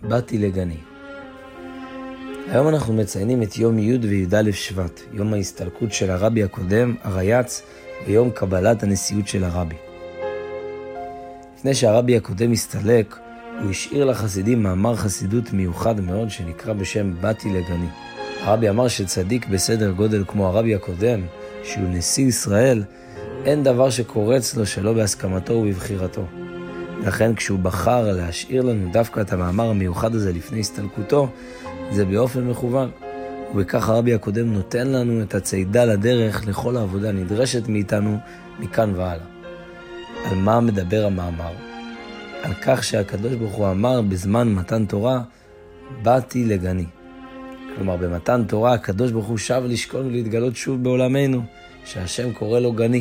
באתי לגני. היום אנחנו מציינים את יום י' וי"א שבט, יום ההסתלקות של הרבי הקודם, הרייץ, ויום קבלת הנשיאות של הרבי. לפני שהרבי הקודם הסתלק, הוא השאיר לחסידים מאמר חסידות מיוחד מאוד שנקרא בשם באתי לגני. הרבי אמר שצדיק בסדר גודל כמו הרבי הקודם, שהוא נשיא ישראל, אין דבר שקורץ לו שלא בהסכמתו ובבחירתו. לכן כשהוא בחר להשאיר לנו דווקא את המאמר המיוחד הזה לפני הסתלקותו, זה באופן מכוון. ובכך הרבי הקודם נותן לנו את הצעידה לדרך לכל העבודה הנדרשת מאיתנו מכאן והלאה. על מה מדבר המאמר? על כך שהקדוש ברוך הוא אמר בזמן מתן תורה, באתי לגני. כלומר במתן תורה הקדוש ברוך הוא שב לשכון ולהתגלות שוב בעולמנו, שהשם קורא לו גני.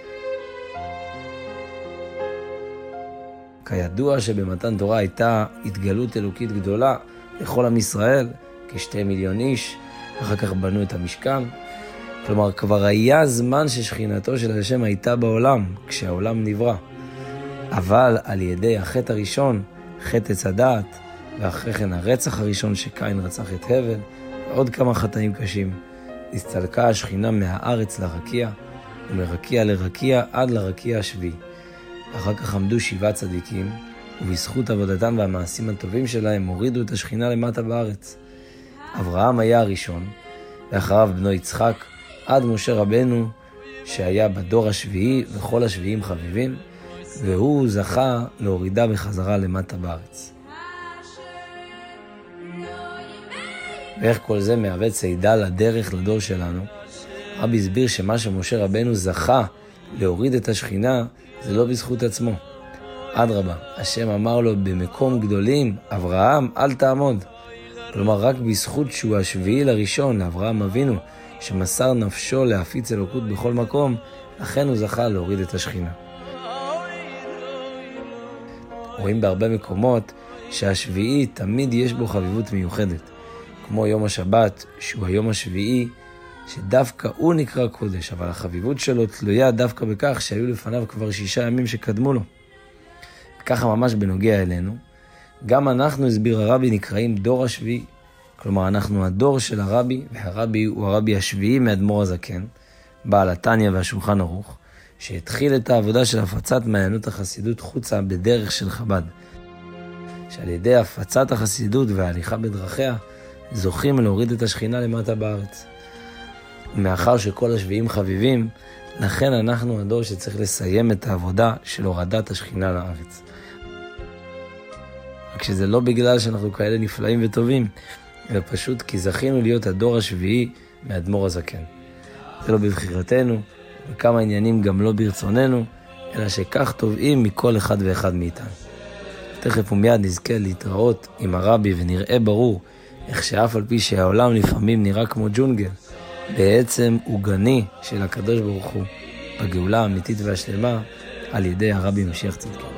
כידוע שבמתן תורה הייתה התגלות אלוקית גדולה לכל עם ישראל, כ2 מיליון איש, אחר כך בנו את המשכן. כלומר כבר היה זמן ששכינתו של השם הייתה בעולם, כשהעולם נברא. אבל על ידי החטא הראשון, חטא עץ הדעת, ואחרי כן הרצח הראשון שקין רצח את הבל, ועוד כמה חטאים קשים, הסתלקה השכינה מהארץ לרקיע, ומרקיע לרקיע עד לרקיע השביעי. אחר כך עמדו 7 צדיקים, ובזכות עבודתם והמעשים הטובים שלהם הורידו את השכינה למטה בארץ. אברהם היה הראשון, ואחריו בנו יצחק, עד משה רבנו, שהיה בדור השביעי וכל השביעים חביבים, והוא זכה להורידה בחזרה למטה בארץ. ואיך כל זה מהווה צעידה לדרך לדור שלנו? רבי הסביר שמה שמשה רבנו זכה להוריד את השכינה, זה לא בזכות עצמו. אדרבה, השם אמר לו במקום גדולים, אברהם אל תעמוד. כלומר רק בזכות שהוא השביעי לראשון, אברהם אבינו, שמסר נפשו להפיץ אלוקות בכל מקום, לכן הוא זכה להוריד את השכינה. רואים בהרבה מקומות שהשביעי תמיד יש בו חביבות מיוחדת, כמו יום השבת שהוא היום השביעי, שדווקא הוא נקרא קודש, אבל החביבות שלו תלויה דווקא בכך שהיו לפניו כבר 6 ימים שקדמו לו. ככה ממש בנוגע אלינו, גם אנחנו, הסביר הרבי, נקראים דור השביעי. כלומר אנחנו הדור של הרבי, והרבי הוא הרבי השביעי מאדמו"ר הזקן, בעל התניא והשולחן ערוך, שהתחיל את העבודה של הפצת מעיינות החסידות חוצה בדרך של חב"ד, שעל ידי הפצת החסידות וההליכה בדרכיה, זוכים להוריד את השכינה למטה בארץ. ומאחר שכל השביעים חביבים, לכן אנחנו הדור שצריך לסיים את העבודה של הורדת השכינה לארץ. רק שזה לא בגלל שאנחנו כאלה נפלאים וטובים, אלא פשוט כי זכינו להיות הדור השביעי מאדמו"ר הזקן. זה לא בבחירתנו, וכמה עניינים גם לא ברצוננו, אלא שכך תובעים מכל אחד ואחד מאיתנו. תכף ומיד נזכה להתראות עם הרבי ונראה ברור איך שאף על פי שהעולם לפעמים נראה כמו ג'ונגל, בעצם הוא גני של הקדוש ברוך הוא, בגאולה האמיתית והשלמה על ידי הרבי משיח צדקנו.